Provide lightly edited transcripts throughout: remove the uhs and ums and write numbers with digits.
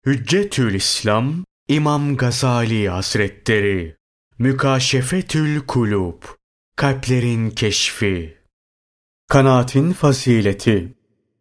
Hüccetül İslam İmam Gazali Hazretleri. Mükaşefetül Kulub, kalplerin keşfi. Kanaatin fazileti.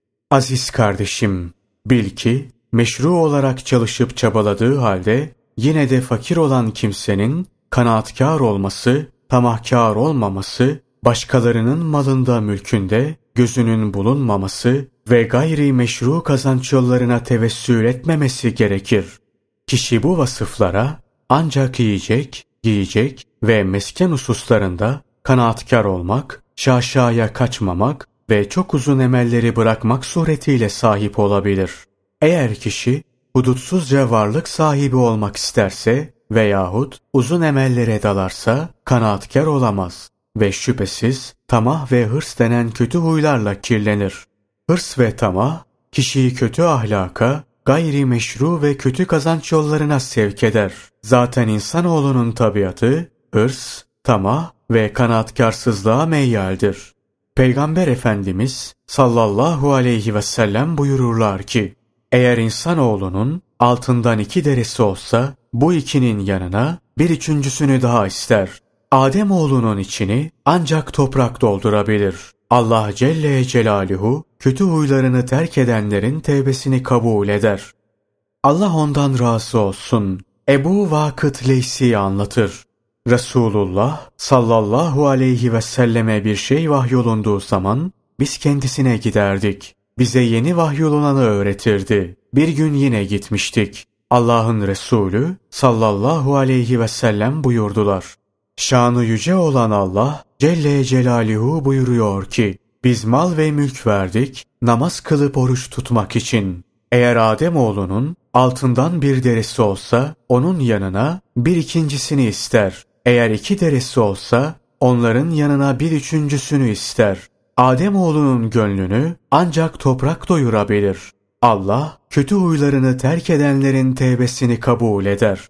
Aziz kardeşim, bil ki meşru olarak çalışıp çabaladığı halde yine de fakir olan kimsenin kanaatkar olması, tamahkar olmaması, başkalarının malında mülkünde gözünün bulunmaması ve gayri meşru kazanç yollarına tevessül etmemesi gerekir. Kişi bu vasıflara ancak yiyecek, giyecek ve mesken hususlarında kanaatkar olmak, şaşaya kaçmamak ve çok uzun emelleri bırakmak suretiyle sahip olabilir. Eğer kişi hudutsuzca varlık sahibi olmak isterse veyahut uzun emellere dalarsa kanaatkar olamaz ve şüphesiz tamah ve hırs denen kötü huylarla kirlenir. Hırs ve tamah kişiyi kötü ahlaka, gayri meşru ve kötü kazanç yollarına sevk eder. Zaten insanoğlunun tabiatı hırs, tamah ve kanaatkarsızlığa meyyaldir. Peygamber Efendimiz sallallahu aleyhi ve sellem buyururlar ki, eğer insanoğlunun altından 2 deresi olsa bu 2'nin yanına bir üçüncüsünü daha ister. Ademoğlunun içini ancak toprak doldurabilir. Allah Celle Celaluhu kötü huylarını terk edenlerin tevbesini kabul eder. Allah ondan razı olsun. Ebu Vakıt Leysi anlatır. Resulullah sallallahu aleyhi ve selleme bir şey vahyolunduğu zaman biz kendisine giderdik. Bize yeni vahyolunanı öğretirdi. Bir gün yine gitmiştik. Allah'ın Resulü sallallahu aleyhi ve sellem buyurdular. Şanı yüce olan Allah Celle Celaluhu buyuruyor ki, biz mal ve mülk verdik namaz kılıp oruç tutmak için. Eğer Ademoğlunun altından bir deresi olsa onun yanına bir ikincisini ister. Eğer 2 deresi olsa onların yanına bir üçüncüsünü ister. Ademoğlunun gönlünü ancak toprak doyurabilir. Allah kötü huylarını terk edenlerin tevbesini kabul eder.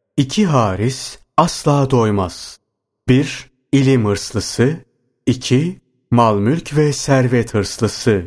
2 haris asla doymaz. 1. İlim hırslısı. 2. Mal mülk ve servet hırslısı.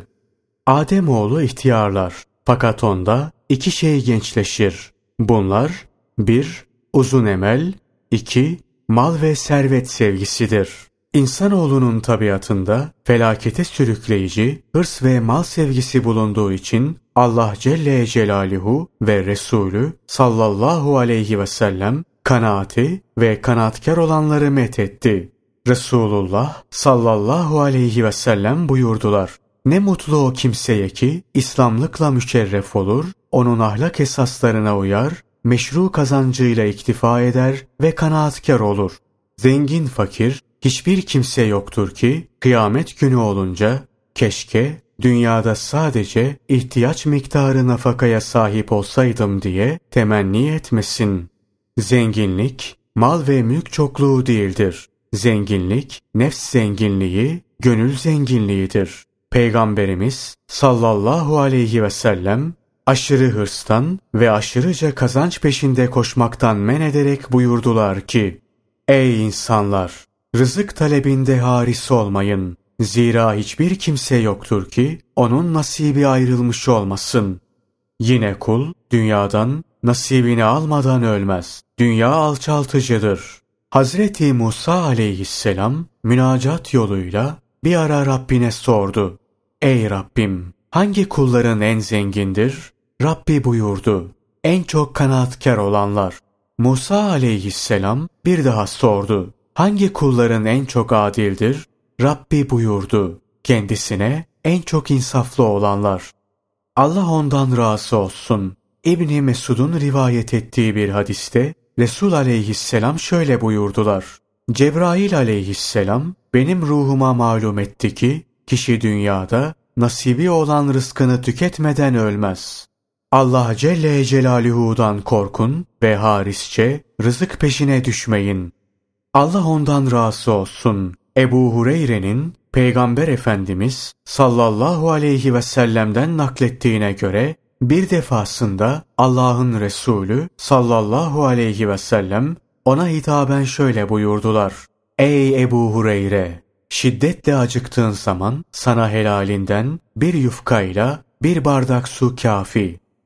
Ademoğlu ihtiyarlar. Fakat onda 2 şey gençleşir. Bunlar 1. Uzun emel. 2. Mal ve servet sevgisidir. İnsanoğlunun tabiatında felakete sürükleyici hırs ve mal sevgisi bulunduğu için Allah Celle Celaluhu ve Resulü sallallahu aleyhi ve sellem kanaati ve kanaatkar olanları methetti. Resulullah sallallahu aleyhi ve sellem buyurdular. Ne mutlu o kimseye ki İslamlıkla müşerref olur, onun ahlak esaslarına uyar, meşru kazancıyla iktifa eder ve kanaatkar olur. Zengin fakir hiçbir kimse yoktur ki kıyamet günü olunca keşke dünyada sadece ihtiyaç miktarı nafakaya sahip olsaydım diye temenni etmesin. Zenginlik, mal ve mülk çokluğu değildir. Zenginlik, nefs zenginliği, gönül zenginliğidir. Peygamberimiz sallallahu aleyhi ve sellem aşırı hırstan ve aşırıca kazanç peşinde koşmaktan men ederek buyurdular ki, ey insanlar! Rızık talebinde haris olmayın. Zira hiçbir kimse yoktur ki onun nasibi ayrılmış olmasın. Yine kul dünyadan nasibini almadan ölmez. Dünya alçaltıcıdır. Hazreti Musa aleyhisselam münacat yoluyla bir ara Rabbine sordu. Ey Rabbim! Hangi kulların en zengindir? Rabbi buyurdu. En çok kanaatkar olanlar. Musa aleyhisselam bir daha sordu. Hangi kulların en çok adildir? Rabbi buyurdu. Kendisine en çok insaflı olanlar. Allah ondan razı olsun. İbn Mesud'un rivayet ettiği bir hadiste Resul aleyhisselam şöyle buyurdular. Cebrail aleyhisselam benim ruhuma malum etti ki kişi dünyada nasibi olan rızkını tüketmeden ölmez. Allah Celle Celaluhu'dan korkun ve harisçe rızık peşine düşmeyin. Allah ondan razı olsun. Ebu Hureyre'nin Peygamber Efendimiz sallallahu aleyhi ve sellem'den naklettiğine göre bir defasında Allah'ın Resulü sallallahu aleyhi ve sellem ona hitaben şöyle buyurdular. Ey Ebu Hureyre! Şiddetle acıktığın zaman sana helalinden bir yufkayla bir bardak su kafi.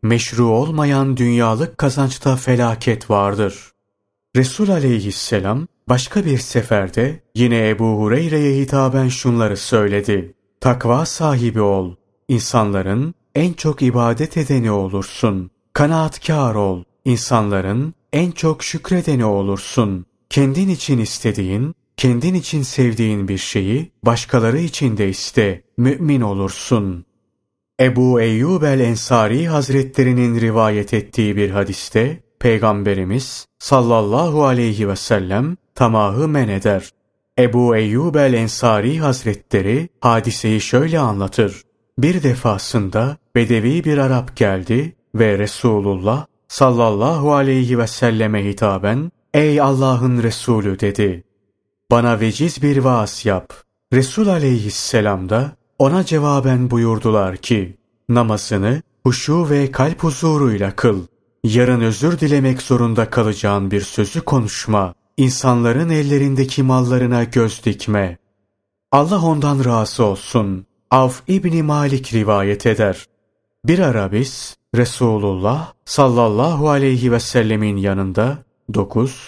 meşru olmayan dünyalık kazançta felaket vardır. Resul aleyhisselam başka bir seferde yine Ebu Hureyre'ye hitaben şunları söyledi. Takva sahibi ol. İnsanların en çok ibadet edeni olursun. Kanaatkâr ol. İnsanların en çok şükredeni olursun. Kendin için istediğin, kendin için sevdiğin bir şeyi başkaları için de iste. Mümin olursun. Ebu Eyyub el-Ensari Hazretlerinin rivayet ettiği bir hadiste Peygamberimiz sallallahu aleyhi ve sellem tamahı men eder. Ebu Eyyub el-Ensari Hazretleri hadiseyi şöyle anlatır. Bir defasında Bedevi bir Arap geldi ve Resulullah sallallahu aleyhi ve selleme hitaben "Ey Allah'ın Resulü" dedi. "Bana veciz bir vaaz yap." Resul aleyhisselam da ona cevaben buyurdular ki, namazını huşu ve kalp huzuruyla kıl. Yarın özür dilemek zorunda kalacağın bir sözü konuşma. İnsanların ellerindeki mallarına göz dikme. Allah ondan razı olsun. Avf İbni Malik rivayet eder. Bir ara biz Resulullah sallallahu aleyhi ve sellemin yanında 9,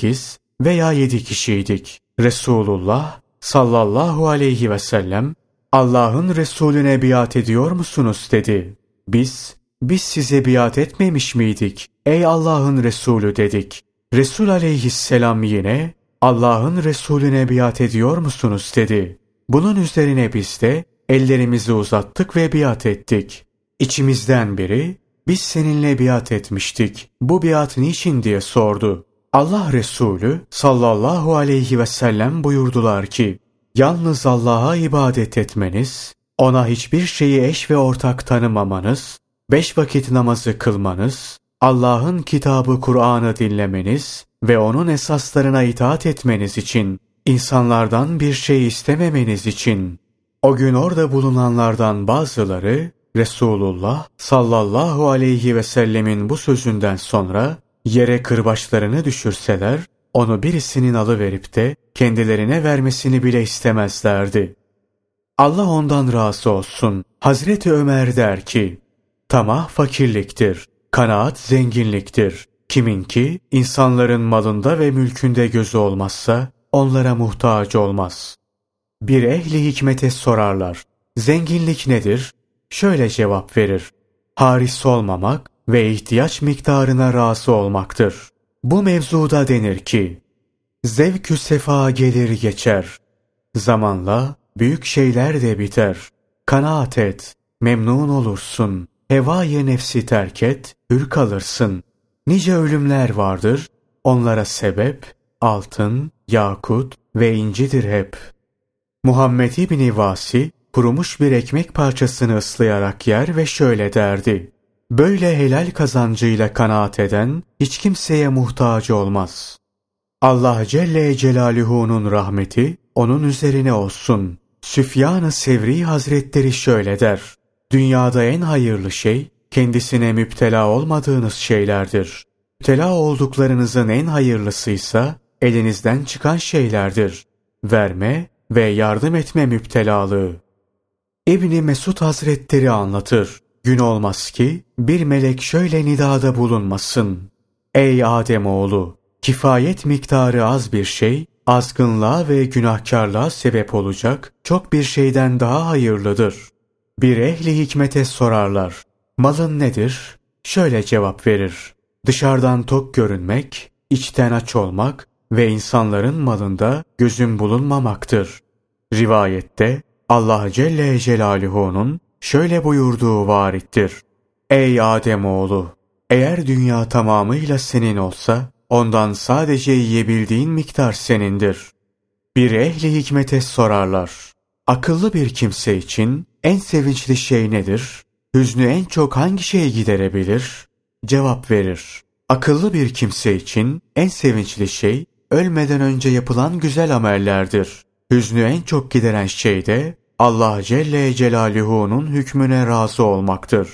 8 veya 7 kişiydik. Resulullah sallallahu aleyhi ve sellem "Allah'ın Resulüne biat ediyor musunuz?" dedi. Biz size biat etmemiş miydik ey Allah'ın Resulü dedik. Resul aleyhisselam yine "Allah'ın Resulüne biat ediyor musunuz?" dedi. Bunun üzerine biz de ellerimizi uzattık ve biat ettik. İçimizden biri "Biz seninle biat etmiştik. Bu biat niçin?" diye sordu. Allah Resulü sallallahu aleyhi ve sellem buyurdular ki, "Yalnız Allah'a ibadet etmeniz, ona hiçbir şeyi eş ve ortak tanımamanız, 5 vakit namazı kılmanız, Allah'ın kitabı Kur'an'ı dinlemeniz ve onun esaslarına itaat etmeniz için, insanlardan bir şey istememeniz için." O gün orada bulunanlardan bazıları Resulullah sallallahu aleyhi ve sellemin bu sözünden sonra yere kırbaçlarını düşürseler onu birisinin alıverip de kendilerine vermesini bile istemezlerdi. Allah ondan razı olsun. Hazreti Ömer der ki, "Tamah fakirliktir, kanaat zenginliktir. Kiminki insanların malında ve mülkünde gözü olmazsa onlara muhtaç olmaz." Bir ehli hikmete sorarlar, "Zenginlik nedir?" Şöyle cevap verir, "Haris olmamak ve ihtiyaç miktarına razı olmaktır." Bu mevzuda denir ki, zevk-ü sefa gelir geçer. Zamanla büyük şeyler de biter. Kanaat et, memnun olursun. Hevâ-i nefsi terk et, hür kalırsın. Nice ölümler vardır, onlara sebep altın, yakut ve incidir hep. Muhammed İbni Vasi kurumuş bir ekmek parçasını ıslayarak yer ve şöyle derdi: "Böyle helal kazancıyla kanaat eden hiç kimseye muhtaç olmaz." Allah Celle Celaluhu'nun rahmeti onun üzerine olsun. Süfyan-ı Sevri Hazretleri şöyle der: "Dünyada en hayırlı şey kendisine müptela olmadığınız şeylerdir. Müptela olduklarınızın en hayırlısıysa elinizden çıkan şeylerdir. Verme ve yardım etme müptelalığı." İbni Mesud Hazretleri anlatır. Gün olmaz ki bir melek şöyle nidada bulunmasın: "Ey Ademoğlu, kifayet miktarı az bir şey, azgınlığa ve günahkarlığa sebep olacak çok bir şeyden daha hayırlıdır." Bir ehli hikmete sorarlar, "Malın nedir?" Şöyle cevap verir: "Dışarıdan tok görünmek, içten aç olmak ve insanların malında gözün bulunmamaktır." Rivayette Allah Celle Celaluhu'nun şöyle buyurduğu varittir: "Ey Ademoğlu, eğer dünya tamamıyla senin olsa, ondan sadece yiyebildiğin miktar senindir." Bir ehli hikmete sorarlar, "Akıllı bir kimse için en sevinçli şey nedir? Hüznü en çok hangi şey giderebilir?" Cevap verir: "Akıllı bir kimse için en sevinçli şey ölmeden önce yapılan güzel amellerdir. Hüznü en çok gideren şey de Allah Celle Celaluhu'nun hükmüne razı olmaktır."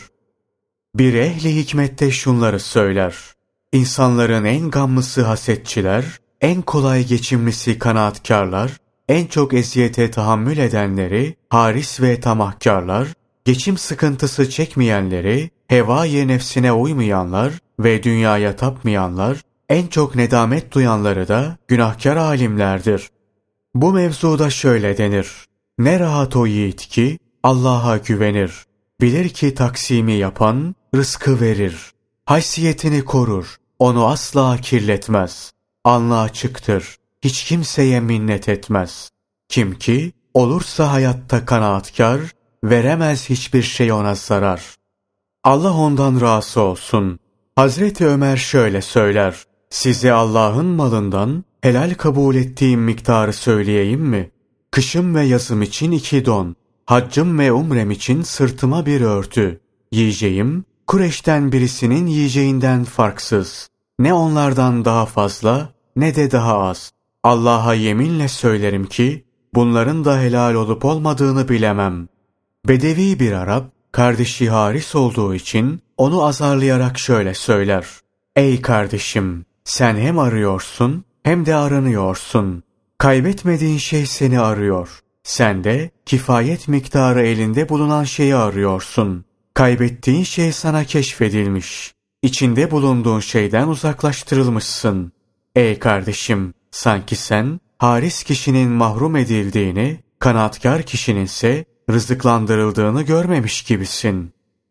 Bir ehli hikmette şunları söyler: "İnsanların en gamlısı hasetçiler, en kolay geçimlisi kanaatkarlar, en çok eziyete tahammül edenleri haris ve tamahkarlar, Geçim sıkıntısı çekmeyenleri, heva-i nefsine uymayanlar ve dünyaya tapmayanlar, en çok nedamet duyanları da günahkar alimlerdir. Bu mevzuda şöyle denir: ne rahat o yiğit ki Allah'a güvenir. Bilir ki taksimi yapan rızkı verir. Haysiyetini korur, onu asla kirletmez. Alnı açıktır, hiç kimseye minnet etmez. Kim ki olursa hayatta kanaatkar, veremez hiçbir şey ona zarar. Allah ondan razı olsun. Hazreti Ömer şöyle söyler: size Allah'ın malından helal kabul ettiğim miktarı söyleyeyim mi? Kışım ve yazım için 2 don, haccım ve umrem için sırtıma bir örtü. Yiyeceğim, Kureyş'ten birisinin yiyeceğinden farksız. Ne onlardan daha fazla, ne de daha az. Allah'a yeminle söylerim ki, bunların da helal olup olmadığını bilemem. Bedevi bir Arap, kardeşi Haris olduğu için onu azarlayarak şöyle söyler: ey kardeşim, sen hem arıyorsun hem de aranıyorsun. Kaybetmediğin şey seni arıyor. Sen de kifayet miktarı elinde bulunan şeyi arıyorsun. Kaybettiğin şey sana keşfedilmiş. İçinde bulunduğun şeyden uzaklaştırılmışsın. Ey kardeşim, sanki sen haris kişinin mahrum edildiğini, kanaatkar kişinin ise rızıklandırıldığını görmemiş gibisin.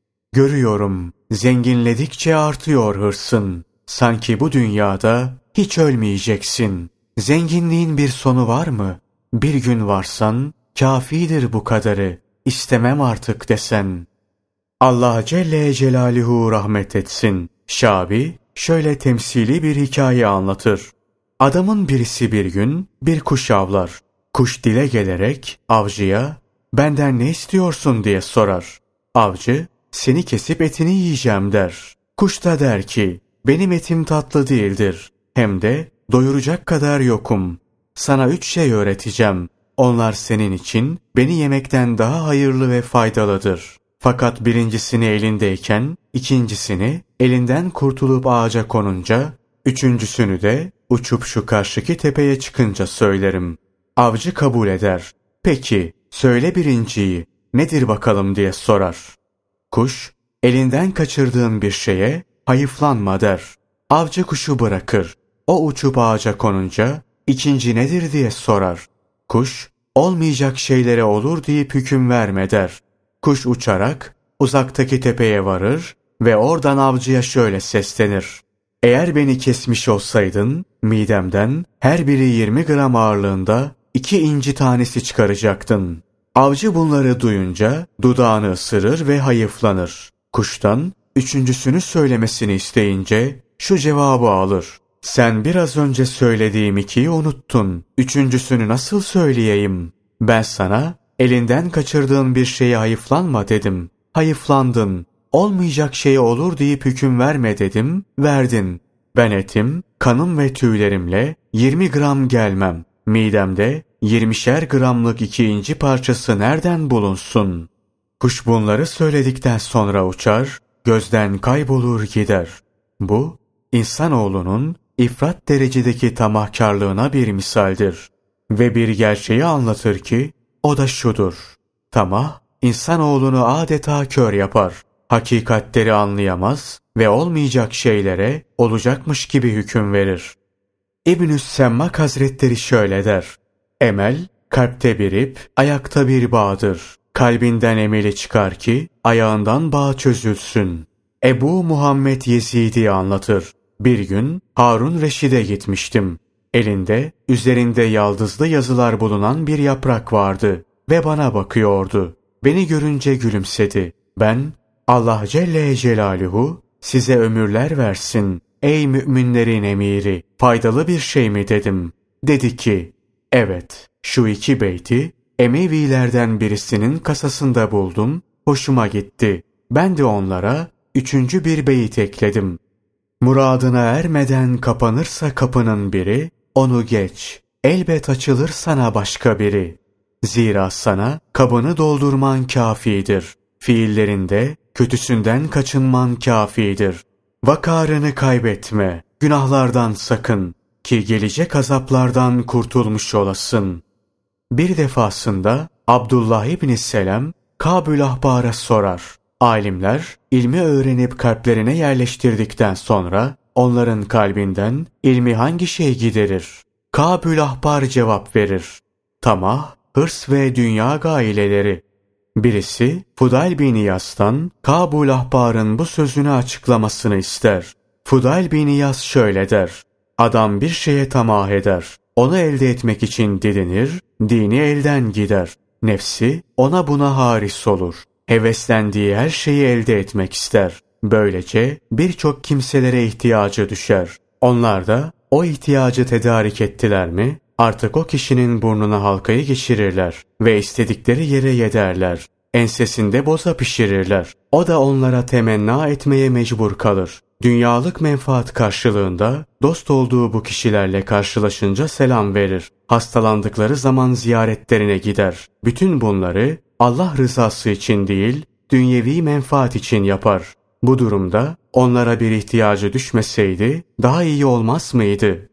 Görüyorum, zenginledikçe artıyor hırsın. Sanki bu dünyada hiç ölmeyeceksin. Zenginliğin bir sonu var mı? Bir gün varsan, kâfidir bu kadarı, istemem artık desen. Allah Celle Celaluhu rahmet etsin. Şabi şöyle temsili bir hikaye anlatır. Adamın birisi bir gün bir kuş avlar. Kuş dile gelerek avcıya, benden ne istiyorsun diye sorar. Avcı, seni kesip etini yiyeceğim der. Kuş da der ki, benim etim tatlı değildir. Hem de doyuracak kadar yokum. Sana 3 şey öğreteceğim. Onlar senin için beni yemekten daha hayırlı ve faydalıdır. Fakat birincisini elindeyken, ikincisini elinden kurtulup ağaca konunca, üçüncüsünü de uçup şu karşıki tepeye çıkınca söylerim. Avcı kabul eder. Peki, söyle birinciyi, nedir bakalım diye sorar. Kuş, elinden kaçırdığın bir şeye hayıflanma der. Avcı kuşu bırakır. O uçup ağaca konunca, ikinci nedir diye sorar. Kuş, olmayacak şeylere olur deyip hüküm verme der. Kuş uçarak uzaktaki tepeye varır ve oradan avcıya şöyle seslenir. Eğer beni kesmiş olsaydın, midemden her biri 20 gram ağırlığında 2 inci tanesi çıkaracaktın. Avcı bunları duyunca dudağını ısırır ve hayıflanır. Kuştan üçüncüsünü söylemesini isteyince şu cevabı alır. Sen biraz önce söylediğim 2'yi unuttun. Üçüncüsünü nasıl söyleyeyim? Ben sana elinden kaçırdığın bir şeye hayıflanma dedim. Hayıflandın. Olmayacak şey olur deyip hüküm verme dedim. Verdin. Ben etim, kanım ve tüylerimle 20 gram gelmem. Midemde 20'şer gramlık 2 inci parçası nereden bulunsun? Kuş bunları söyledikten sonra uçar, gözden kaybolur gider. Bu, insanoğlunun ifrat derecedeki tamahkarlığına bir misaldir. Ve bir gerçeği anlatır ki, o da şudur. Tamah, insanoğlunu adeta kör yapar. Hakikatleri anlayamaz ve olmayacak şeylere olacakmış gibi hüküm verir. İbn-i Semmak Hazretleri şöyle der. Emel, kalpte bir ip, ayakta bir bağdır. Kalbinden emeli çıkar ki, ayağından bağ çözülsün. Ebu Muhammed Yezidi anlatır. Bir gün Harun Reşid'e gitmiştim. Elinde, üzerinde yaldızlı yazılar bulunan bir yaprak vardı ve bana bakıyordu. Beni görünce gülümsedi. Ben, Allah Celle Celaluhu size ömürler versin. Ey müminlerin emiri, faydalı bir şey mi dedim. Dedi ki, evet, şu 2 beyti Emevilerden birisinin kasasında buldum, hoşuma gitti. Ben de onlara 3. bir beyit ekledim. Muradına ermeden kapanırsa kapının biri, onu geç, elbet açılır sana başka biri. Zira sana kabını doldurman kâfidir. Fiillerinde kötüsünden kaçınman kâfidir. Vakarını kaybetme, günahlardan sakın ki gelecek azaplardan kurtulmuş olasın. Bir defasında Abdullah İbn Selam Kâbül Ahbar'a sorar. Alimler ilmi öğrenip kalplerine yerleştirdikten sonra onların kalbinden ilmi hangi şey giderir? Kâbül Ahbar cevap verir. Tamah, hırs ve dünya gaileleri. Birisi Fudayl bin İyas'tan Kâbül Ahbar'ın bu sözünü açıklamasını ister. Fudayl bin İyas şöyle der. Adam bir şeye tamah eder. Onu elde etmek için didinir, dini elden gider. Nefsi ona buna haris olur. Heveslendiği her şeyi elde etmek ister. Böylece birçok kimselere ihtiyacı düşer. Onlar da o ihtiyacı tedarik ettiler mi, artık o kişinin burnuna halkayı geçirirler ve istedikleri yere yederler. Ensesinde boza pişirirler. O da onlara temenna etmeye mecbur kalır. Dünyalık menfaat karşılığında dost olduğu bu kişilerle karşılaşınca selam verir. Hastalandıkları zaman ziyaretlerine gider. Bütün bunları Allah rızası için değil, dünyevi menfaat için yapar. Bu durumda onlara bir ihtiyacı düşmeseydi daha iyi olmaz mıydı?